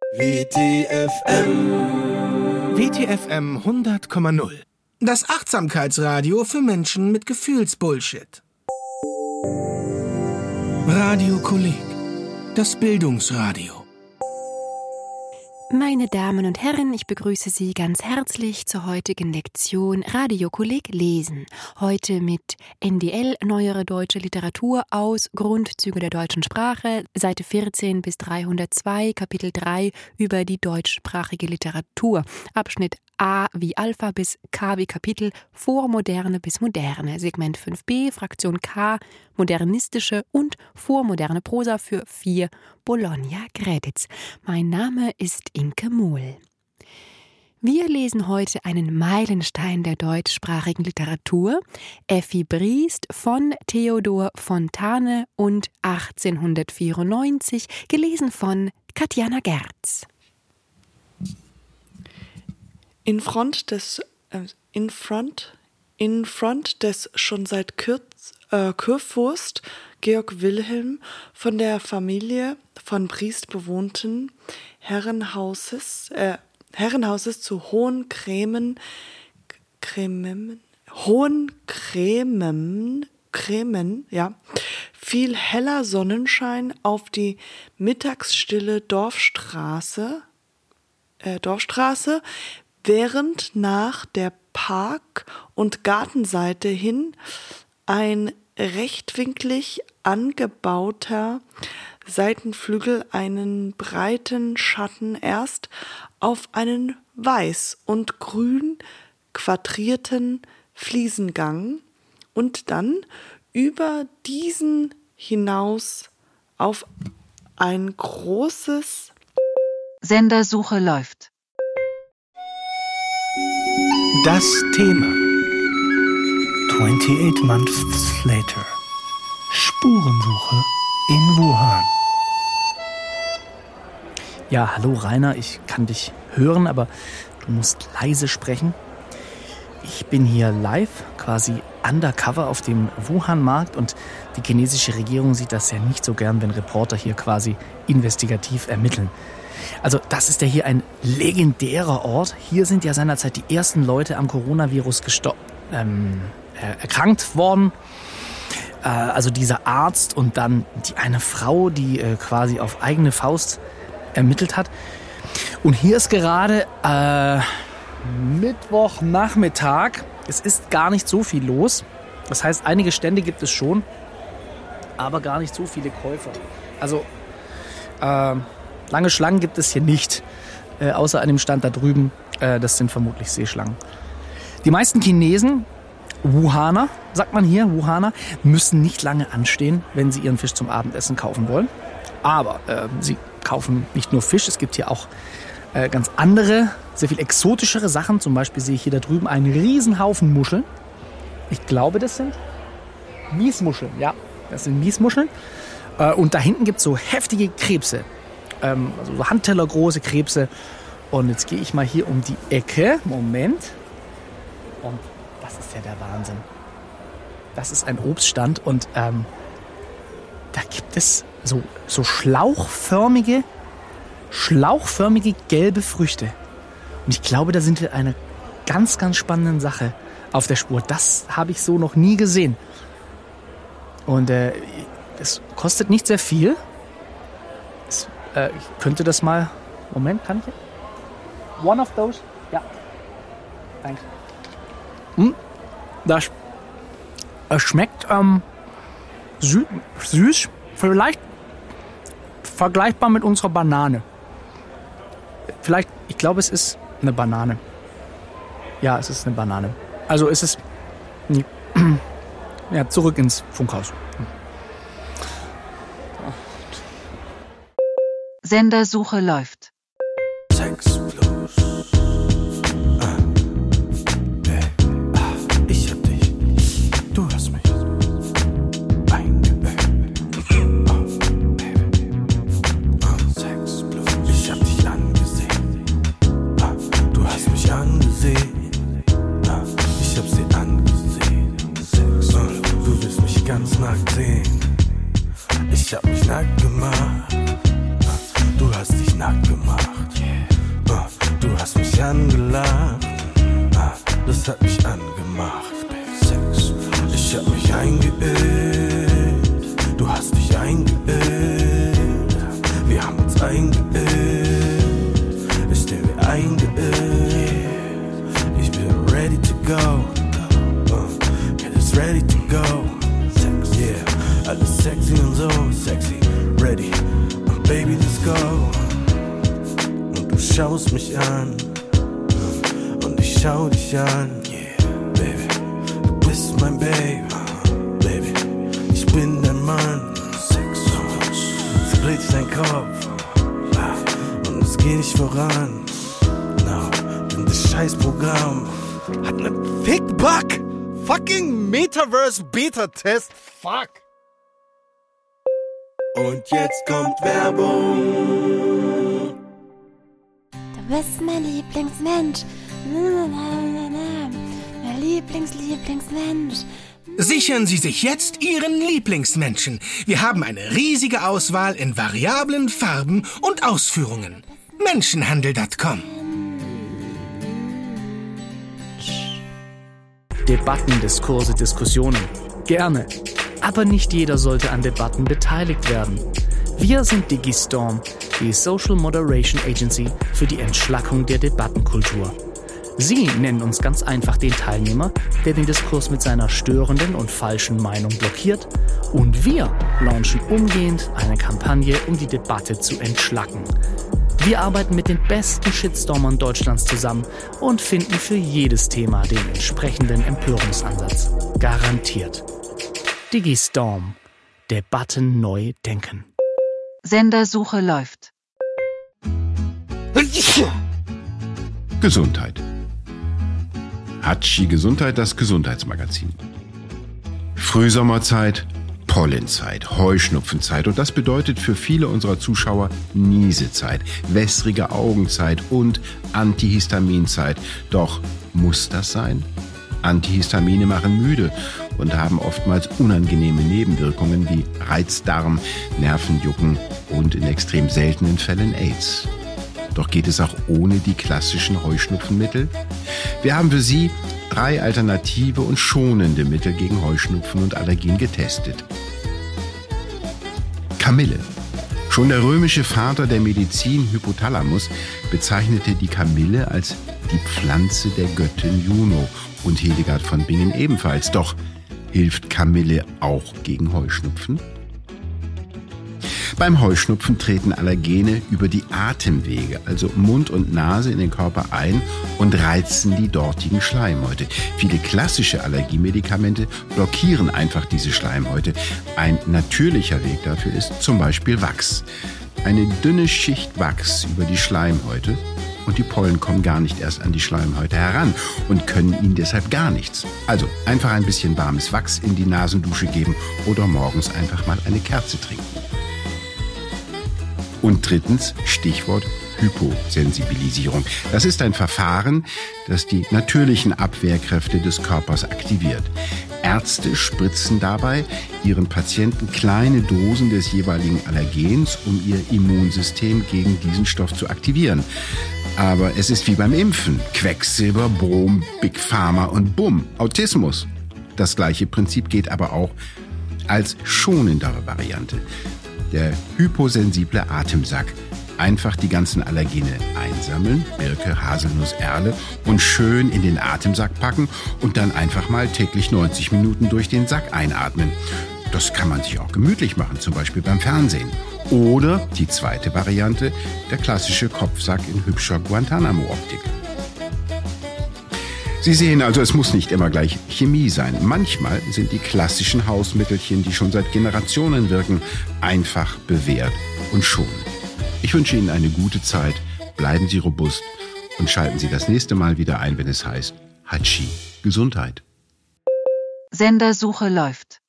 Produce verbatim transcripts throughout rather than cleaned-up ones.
W T F M. W T F M hundert Komma null. Das Achtsamkeitsradio für Menschen mit Gefühlsbullshit. Radio Kolleg. Das Bildungsradio. Meine Damen und Herren, ich begrüße Sie ganz herzlich zur heutigen Lektion Radio Kolleg lesen. Heute mit N D L, Neuere Deutsche Literatur aus Grundzüge der deutschen Sprache, Seite vierzehn bis dreihundertzwei, Kapitel drei über die deutschsprachige Literatur, Abschnitt A wie Alpha bis K wie Kapitel, Vormoderne bis Moderne, Segment fünf b, Fraktion K, modernistische und vormoderne Prosa für vier Bologna-Credits. Mein Name ist Inke Mohl. Wir lesen heute einen Meilenstein der deutschsprachigen Literatur, Effi Briest von Theodor Fontane und achtzehnhundertvierundneunzig, gelesen von Katjana Gerz. In Front des, äh, in Front, in Front des schon seit Kürz, äh, Kurfürst Georg Wilhelm von der Familie von Briest bewohnten Herrenhauses, äh, Herrenhauses zu Hohencremen, Cremen, Hohencremen, Cremen, ja, fiel heller Sonnenschein auf die mittagsstille Dorfstraße, äh, Dorfstraße, während nach der Park- und Gartenseite hin ein rechtwinklig angebauter Seitenflügel einen breiten Schatten erst auf einen weiß und grün quadrierten Fliesengang und dann über diesen hinaus auf ein großes Sendersuche läuft. Das Thema. twenty-eight months later. Spurensuche in Wuhan. Ja, hallo Rainer, ich kann dich hören, aber du musst leise sprechen. Ich bin hier live, quasi undercover auf dem Wuhan-Markt und die chinesische Regierung sieht das ja nicht so gern, wenn Reporter hier quasi investigativ ermitteln. Also das ist ja hier ein legendärer Ort. Hier sind ja seinerzeit die ersten Leute am Coronavirus gestor- ähm, erkrankt worden. Äh, also dieser Arzt und dann die eine Frau, die äh, quasi auf eigene Faust ermittelt hat. Und hier ist gerade äh, Mittwochnachmittag. Es ist gar nicht so viel los. Das heißt, einige Stände gibt es schon, aber gar nicht so viele Käufer. Also äh, lange Schlangen gibt es hier nicht, äh, außer einem Stand da drüben. Äh, das sind vermutlich Seeschlangen. Die meisten Chinesen, Wuhaner, sagt man hier, Wuhaner, müssen nicht lange anstehen, wenn sie ihren Fisch zum Abendessen kaufen wollen. Aber äh, sie kaufen nicht nur Fisch, es gibt hier auch äh, ganz andere, sehr viel exotischere Sachen. Zum Beispiel sehe ich hier da drüben einen Riesenhaufen Muscheln. Ich glaube, das sind Miesmuscheln. Ja, das sind Miesmuscheln. Äh, und da hinten gibt es so heftige Krebse. Ähm, also so handtellergroße Krebse. Und jetzt gehe ich mal hier um die Ecke. Moment. Und das ist ja der Wahnsinn. Das ist ein Obststand und ähm, da gibt es so, so schlauchförmige, schlauchförmige gelbe Früchte. Und ich glaube, da sind wir einer ganz, ganz spannenden Sache auf der Spur. Das habe ich so noch nie gesehen. Und äh, es kostet nicht sehr viel. Es, äh, ich könnte das mal... Moment, kann ich? One of those? Ja. Danke. Hm, das es schmeckt ähm, sü- süß, vielleicht vergleichbar mit unserer Banane. Vielleicht, ich glaube, es ist eine Banane. Ja, es ist eine Banane. Also es ist ja, zurück ins Funkhaus. Sendersuche läuft. Sex plus. Ah. Hey. Ah. Ich hab dich. Du hast mich. Eingebettet. Oh, Baby. Oh, Sex plus. Ich hab dich angesehen. Ah. Du hast mich angesehen. Ah. Ich hab sie angesehen. Sex. Oh, du willst mich ganz nackt sehen. Ich hab mich nackt gemacht. Du hast dich nackt gemacht. eingeirrt, ich steh wie eingeirrt. Ich bin ready to go, uh, it is ready to go. Sex, yeah, alles sexy und so, sexy, ready, uh, baby, let's go. Und du schaust mich an, uh, und ich schau dich an, yeah, baby, du bist mein Baby, uh, baby, ich bin dein Mann. Sex, uh, split dein Kopf, uh, und es geht nicht voran, no, denn das Scheißprogramm hat ne Fickback, fucking Metaverse Beta-Test, fuck. Und jetzt kommt Werbung. Du bist mein Lieblingsmensch. Mein Lieblings-Lieblingsmensch. Sichern Sie sich jetzt Ihren Lieblingsmenschen. Wir haben eine riesige Auswahl in variablen Farben und Ausführungen. Menschenhandel Punkt com. Debatten, Diskurse, Diskussionen. Gerne. Aber nicht jeder sollte an Debatten beteiligt werden. Wir sind Digistorm, die Social Moderation Agency für die Entschlackung der Debattenkultur. Sie nennen uns ganz einfach den Teilnehmer, der den Diskurs mit seiner störenden und falschen Meinung blockiert. Und wir launchen umgehend eine Kampagne, um die Debatte zu entschlacken. Wir arbeiten mit den besten Shitstormern Deutschlands zusammen und finden für jedes Thema den entsprechenden Empörungsansatz. Garantiert. Digistorm. Debatten neu denken. Sendersuche läuft. Gesundheit. Hatschi Gesundheit, das Gesundheitsmagazin. Frühsommerzeit, Pollenzeit, Heuschnupfenzeit und das bedeutet für viele unserer Zuschauer Niesezeit, wässrige Augenzeit und Antihistaminzeit. Doch muss das sein? Antihistamine machen müde und haben oftmals unangenehme Nebenwirkungen wie Reizdarm, Nervenjucken und in extrem seltenen Fällen AIDS. Doch geht es auch ohne die klassischen Heuschnupfenmittel? Wir haben für Sie drei alternative und schonende Mittel gegen Heuschnupfen und Allergien getestet. Kamille. Schon der römische Vater der Medizin, Hypothalamus, bezeichnete die Kamille als die Pflanze der Göttin Juno und Hildegard von Bingen ebenfalls. Doch hilft Kamille auch gegen Heuschnupfen? Beim Heuschnupfen treten Allergene über die Atemwege, also Mund und Nase, in den Körper ein und reizen die dortigen Schleimhäute. Viele klassische Allergiemedikamente blockieren einfach diese Schleimhäute. Ein natürlicher Weg dafür ist zum Beispiel Wachs. Eine dünne Schicht Wachs über die Schleimhäute und die Pollen kommen gar nicht erst an die Schleimhäute heran und können ihnen deshalb gar nichts. Also einfach ein bisschen warmes Wachs in die Nasendusche geben oder morgens einfach mal eine Kerze trinken. Und drittens, Stichwort Hyposensibilisierung. Das ist ein Verfahren, das die natürlichen Abwehrkräfte des Körpers aktiviert. Ärzte spritzen dabei ihren Patienten kleine Dosen des jeweiligen Allergens, um ihr Immunsystem gegen diesen Stoff zu aktivieren. Aber es ist wie beim Impfen. Quecksilber, Brom, Big Pharma und bumm, Autismus. Das gleiche Prinzip geht aber auch als schonendere Variante. Der hyposensible Atemsack. Einfach die ganzen Allergene einsammeln, Birke, Haselnuss, Erle, und schön in den Atemsack packen und dann einfach mal täglich neunzig Minuten durch den Sack einatmen. Das kann man sich auch gemütlich machen, zum Beispiel beim Fernsehen. Oder die zweite Variante, der klassische Kopfsack in hübscher Guantanamo-Optik. Sie sehen also, es muss nicht immer gleich Chemie sein. Manchmal sind die klassischen Hausmittelchen, die schon seit Generationen wirken, einfach bewährt und schonend. Ich wünsche Ihnen eine gute Zeit, bleiben Sie robust und schalten Sie das nächste Mal wieder ein, wenn es heißt Hatschi Gesundheit. Sendersuche läuft.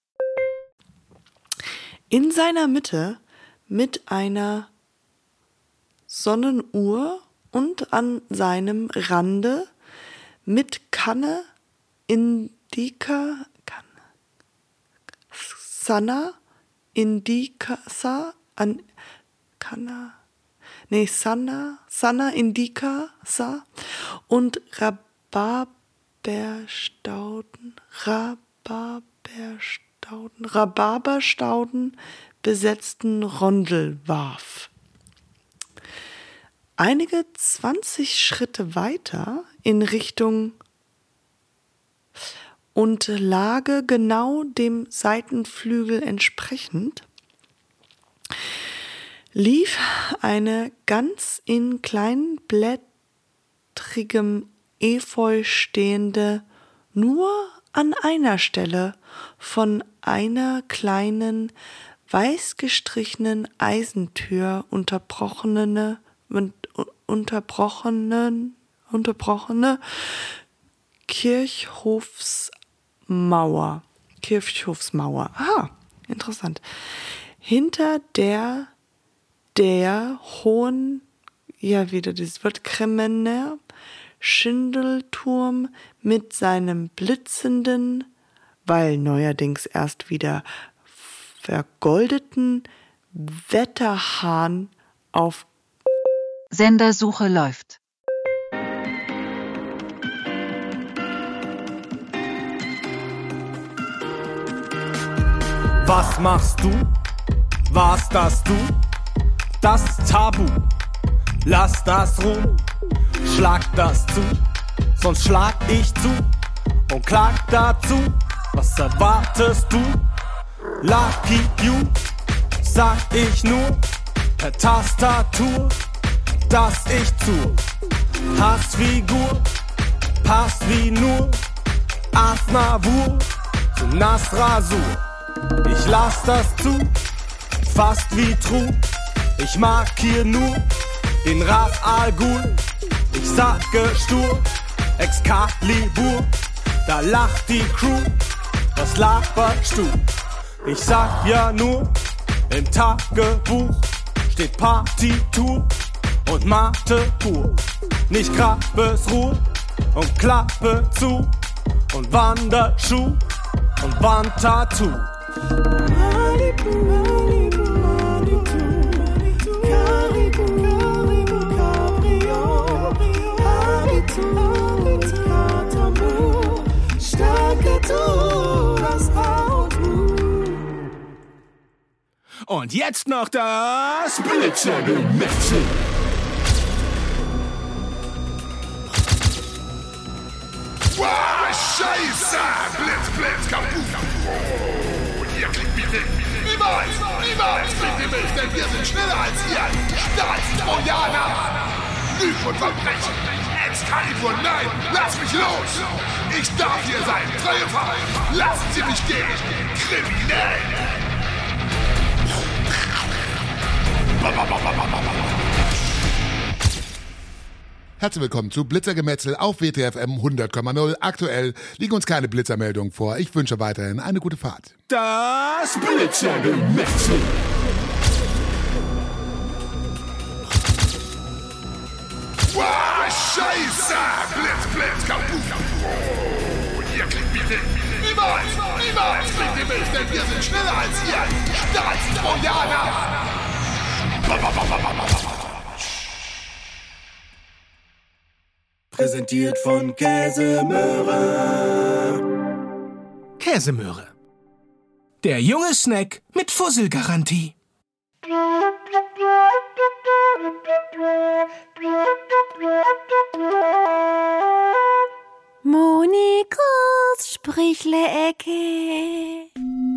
In seiner Mitte mit einer Sonnenuhr und an seinem Rande mit Kanne Indica, Kanne, Sana, Indica, Sa, an, Kanna, nee, Sana, Sana, Indica, Sa und Rhabarberstauden, Rhabarberstauden, Rhabarberstauden besetzten Rondel warf. einige zwanzig Schritte weiter in Richtung und Lage genau dem Seitenflügel entsprechend lief eine ganz in kleinblättrigem Efeu stehende, nur an einer Stelle von einer kleinen, weiß gestrichenen Eisentür unterbrochene, unterbrochenen, unterbrochene Kirchhofsmauer. Kirchhofsmauer. Ah, interessant. Hinter der der hohen, ja wieder dieses Wort, Kremener Schindelturm mit seinem blitzenden, weil neuerdings erst wieder vergoldeten Wetterhahn auf Sendersuche läuft. Was machst du? Was das du? Das ist Tabu. Lass das ruhen. Schlag das zu, sonst schlag ich zu und klag dazu. Was erwartest du? Lucky you, sag ich nur per Tastatur, dass ich zu Hassfigur passt wie nur Asnavur zu Nasrasur. Ich lass das zu, fast wie Trug. Ich mag hier nur den Ras Al Ghul. Ich sage stur, Excalibur, da lacht die Crew. Was laberst du? Ich sag ja nur, im Tagebuch steht Partitur und Mathe pur. Nicht Grabesruhe und Klappe zu und Wanderschuh und Wandtattoo. Und jetzt noch das Blitzergemetzel. Wow, Scheiße! Blitz, Blitz, kaputt! Oh, ihr kriegt mich nicht! Niemals! Niemals kriegt ihr mich, denn wir sind schneller als ihr! Staatstrojaner! Lügen und Verbrechen! Excalibur, nein! Lass mich los! Ich darf hier sein! Treue Fahrt! Lassen Sie mich gehen! Kriminell! Herzlich willkommen zu Blitzergemetzel auf W T F M hundert Komma null. Aktuell liegen uns keine Blitzermeldungen vor. Ich wünsche weiterhin eine gute Fahrt. Das Blitzergemetzel. Wow, Scheiße! Blitz, Blitz, kaputt! Oh, ihr kriegt mich nicht! Niemals! Niemals kriegt ihr mich, denn wir sind schneller als ihr! Staatstrojaner! Präsentiert von Käsemöhre. Käsemöhre. Der junge Snack mit Fusselgarantie. Monikos Sprüchleecke.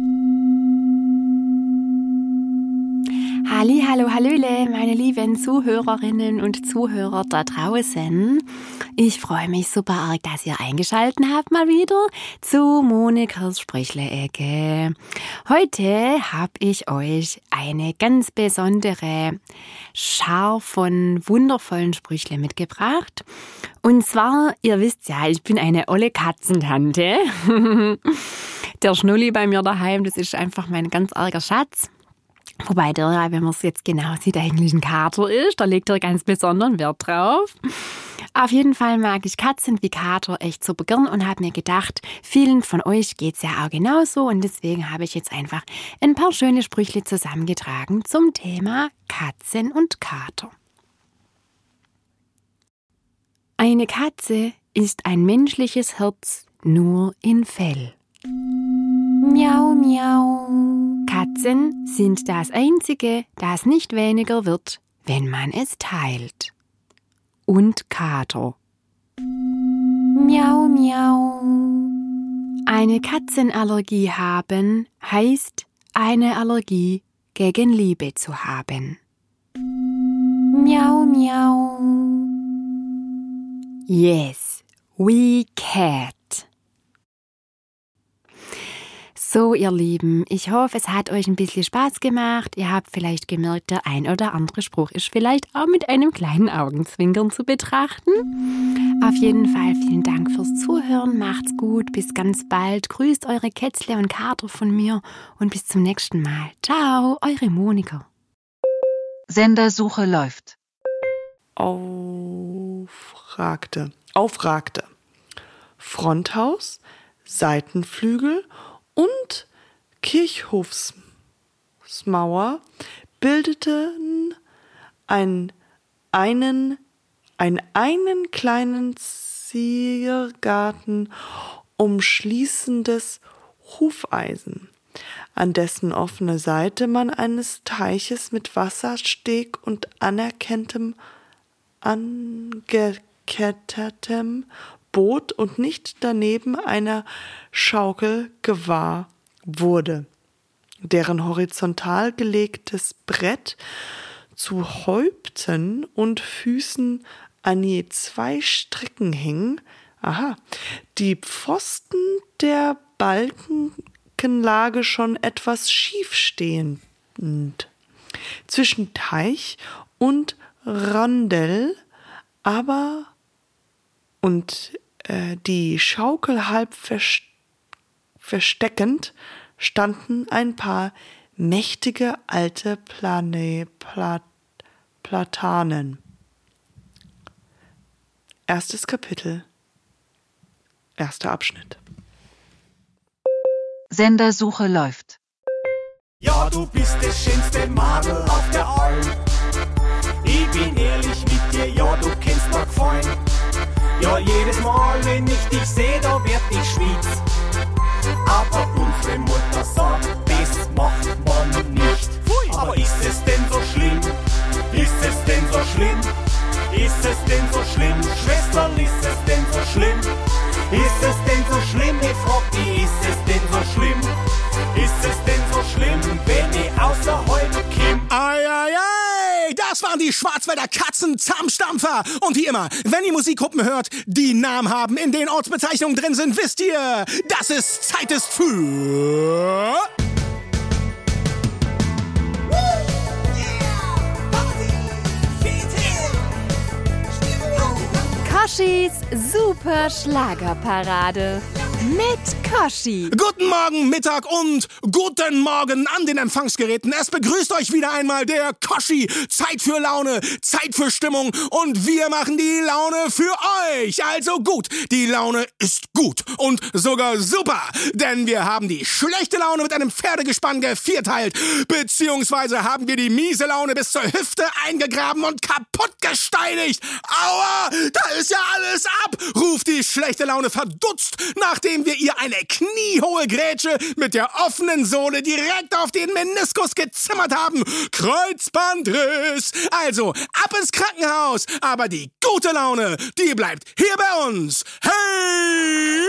Halli, hallo, hallöle, meine lieben Zuhörerinnen und Zuhörer da draußen. Ich freue mich super arg, dass ihr eingeschaltet habt mal wieder zu Monikas Sprüchleecke. Heute habe ich euch eine ganz besondere Schar von wundervollen Sprüchle mitgebracht. Und zwar, ihr wisst ja, ich bin eine olle Katzentante. Der Schnulli bei mir daheim, das ist einfach mein ganz arger Schatz. Wobei der, wenn man es jetzt genau sieht, eigentlich ein Kater ist. Da legt er ganz besonderen Wert drauf. Auf jeden Fall mag ich Katzen wie Kater echt super gern und habe mir gedacht, vielen von euch geht's ja auch genauso. Und deswegen habe ich jetzt einfach ein paar schöne Sprüche zusammengetragen zum Thema Katzen und Kater. Eine Katze ist ein menschliches Herz nur in Fell. Miau, miau. Katzen sind das Einzige, das nicht weniger wird, wenn man es teilt. und Kater. Miau, miau. Eine Katzenallergie haben heißt, eine Allergie gegen Liebe zu haben. Miau, miau. Yes, we cat. So, ihr Lieben, ich hoffe, es hat euch ein bisschen Spaß gemacht. Ihr habt vielleicht gemerkt, der ein oder andere Spruch ist vielleicht auch mit einem kleinen Augenzwinkern zu betrachten. Auf jeden Fall vielen Dank fürs Zuhören. Macht's gut, bis ganz bald. Grüßt eure Kätzle und Kater von mir und bis zum nächsten Mal. Ciao, eure Monika. Sendersuche läuft. Aufragte. Aufragte. Fronthaus, Seitenflügel und Kirchhofsmauer bildeten ein, einen, ein, einen kleinen Ziergarten umschließendes Hufeisen, an dessen offene Seite man eines Teiches mit Wassersteg und anerkanntem, angekettetem Boot und nicht daneben einer Schaukel gewahr wurde, deren horizontal gelegtes Brett zu Häupten und Füßen an je zwei Stricken hing. Aha, die Pfosten der Balkenlage schon etwas schiefstehend. Zwischen Teich und Rondell aber und äh, die Schaukel halb vers- versteckend standen ein paar mächtige alte Plane- Pla- Platanen. Erstes Kapitel. Erster Abschnitt. Sendersuche läuft. Ja, du bist das schönste Madel auf der Alm. Ich bin ehrlich mit dir, ja, du kennst mir gefallen. Ja, jedes Mal, wenn ich dich seh, da werd ich schwitz. Aber unsere Mutter sagt, das macht man nicht. Aber ist es denn so schlimm? Ist es denn so schlimm? Ist es denn so schlimm? Schwesterl, ist es denn so schlimm? Ist es denn so schlimm? Ich frag die, ist es denn so schlimm? Ist es denn so schlimm, wenn ich außerhalb komm? Ei, ei, ei, das waren die Schwarzwälder Katzen-Zahnstampfer. Und wie immer, wenn ihr Musikgruppen hört, die Namen haben, in denen Ortsbezeichnungen drin sind, wisst ihr, dass es Zeit ist für... Koschis Super Schlagerparade mit Koschi. Guten Morgen, Mittag und guten Morgen an den Empfangsgeräten. Es begrüßt euch wieder einmal der Koschi. Zeit für Laune, Zeit für Stimmung und wir machen die Laune für euch. Also gut, die Laune ist gut und sogar super, denn wir haben die schlechte Laune mit einem Pferdegespann gevierteilt, beziehungsweise haben wir die miese Laune bis zur Hüfte eingegraben und kaputt gesteinigt. Aua, da ist ja alles ab, ruft die schlechte Laune verdutzt, nachdem wir ihr eine kniehohe Grätsche mit der offenen Sohle direkt auf den Meniskus gezimmert haben. Kreuzbandriss. Also, ab ins Krankenhaus. Aber die gute Laune, die bleibt hier bei uns. Hey!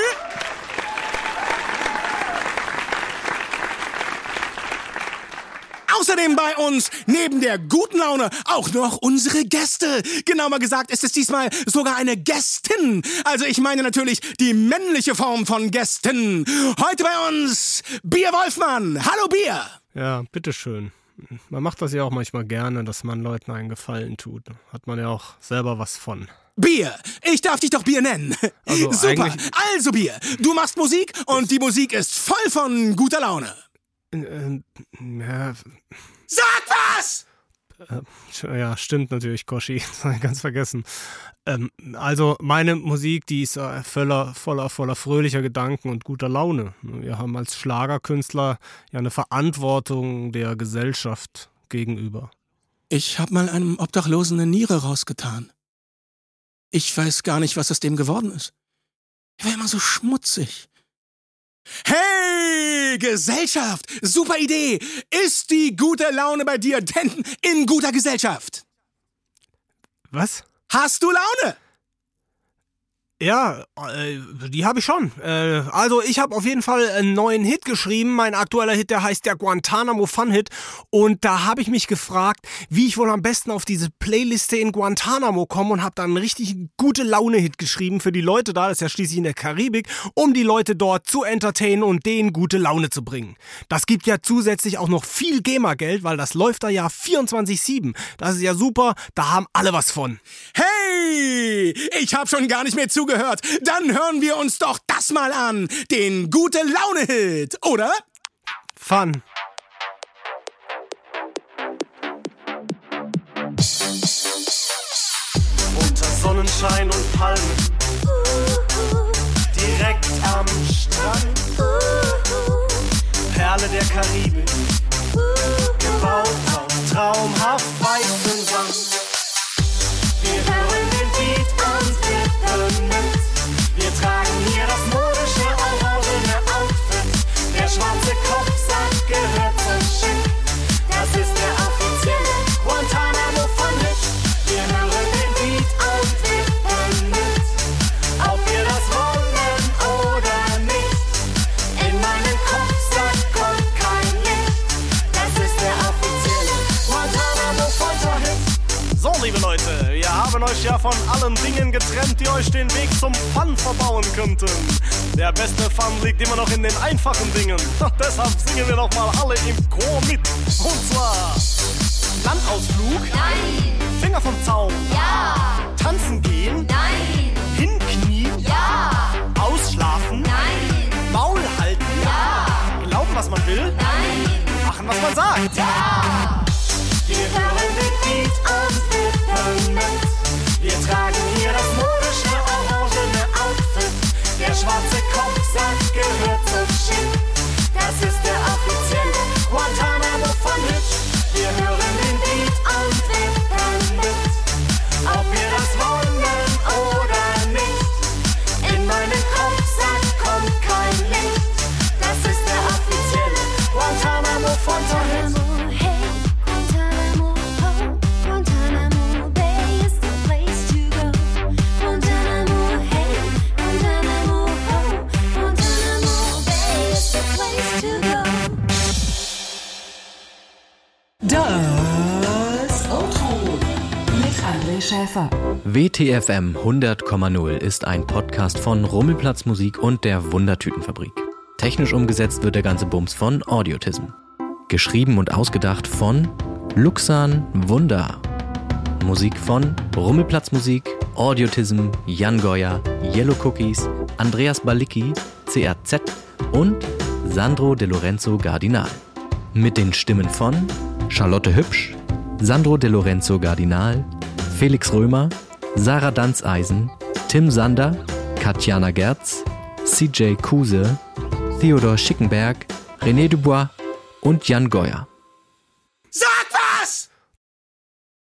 Außerdem bei uns, neben der guten Laune, auch noch unsere Gäste. Genauer gesagt ist es diesmal sogar eine Gästin. Also ich meine natürlich die männliche Form von Gästin. Heute bei uns Bier Wolfmann. Hallo Bier. Ja, bitteschön. Man macht das ja auch manchmal gerne, dass man Leuten einen Gefallen tut. Hat man ja auch selber was von. Bier. Ich darf dich doch Bier nennen. Also super. Also Bier. Du machst Musik und die Musik ist voll von guter Laune. Äh, ja. Sag was! Äh, ja, stimmt natürlich, Koschi. Ganz vergessen. Ähm, also meine Musik, die ist äh, voller, voller, voller fröhlicher Gedanken und guter Laune. Wir haben als Schlagerkünstler ja eine Verantwortung der Gesellschaft gegenüber. Ich hab mal einem Obdachlosen eine Niere rausgetan. Ich weiß gar nicht, was aus dem geworden ist. Er war immer so schmutzig. Hey, Gesellschaft, super Idee. Ist die gute Laune bei dir denn in guter Gesellschaft? Was? Hast du Laune? Ja, äh, die habe ich schon. Äh, also ich habe auf jeden Fall einen neuen Hit geschrieben. Mein aktueller Hit, der heißt der Guantanamo Fun Hit. Und da habe ich mich gefragt, wie ich wohl am besten auf diese Playliste in Guantanamo komme und habe dann einen richtig gute Laune-Hit geschrieben für die Leute da, das ist ja schließlich in der Karibik, um die Leute dort zu entertainen und denen gute Laune zu bringen. Das gibt ja zusätzlich auch noch viel GEMA-Geld, weil das läuft da ja vierundzwanzig sieben. Das ist ja super, da haben alle was von. Hey, ich habe schon gar nicht mehr zugehört. Dann hören wir uns doch das mal an. Den Gute-Laune-Hit, oder? Fun. Unter Sonnenschein und Palmen, direkt am Strand, Perle der Karibik, gebaut auf traumhaft weißen Sand. Wir hören den Beat und wippen mit. Wir tragen hier das modische orangene Outfit. Der schwarze Kopfsack gehört zum Schiff. Das ist der offizielle Guantanamo Fun Hit. Wir hören den Beat und wippen mit. Ob wir das wollen oder nicht. In meinen Kopfsack kommt kein Licht. Das ist der offizielle Guantanamo Fun Hit. So, liebe Leute, wir haben euch ja von allen Dingen getrennt, die euch den Weg zum Fun verbauen könnten. Der beste Fun liegt immer noch in den einfachen Dingen. Doch deshalb singen wir doch mal alle im Chor mit. Und zwar Landausflug. Nein. Finger vom Zaun. Ja. Tanzen gehen. Nein. Hinknien. Ja. Ausschlafen. Nein. Maul halten. Ja. Glauben, was man will. Nein. Machen, was man sagt. Ja. Wir hören den Beat und wippen mit. Wir tragen hier das modische orangene Outfit. Der schwarze Kopfsack gehört zum Schiff. Das ist der offizielle Guantanamo Fun Hit. Wir hören den Beat und wippen mit. Ob wir das wollen oder nicht. In meinen Kopfsack kommt kein Licht. Das ist der offizielle Guantanamo Fun Hit. Das O-Ton mit André Schäfer. W T F M hundert Komma null ist ein Podcast von Rummelplatz Musik und der Wundertütenfabrik. Technisch umgesetzt wird der ganze Bums von Audiotism. Geschrieben und ausgedacht von Luxan Wunder. Musik von Rummelplatz Musik, Audiotism, Jan Goya, Yellow Cookies, Andreas Balicki, C R Z und Sandro De Lorenzo Gardinal. Mit den Stimmen von Charlotte Hübsch, Sandro De Lorenzo Gardinal, Felix Römer, Sarah Danzeisen, Tim Sander, Katjana Gerz, C J Kuse, Theodor Schickenberg, René Dubois und Jan Goya.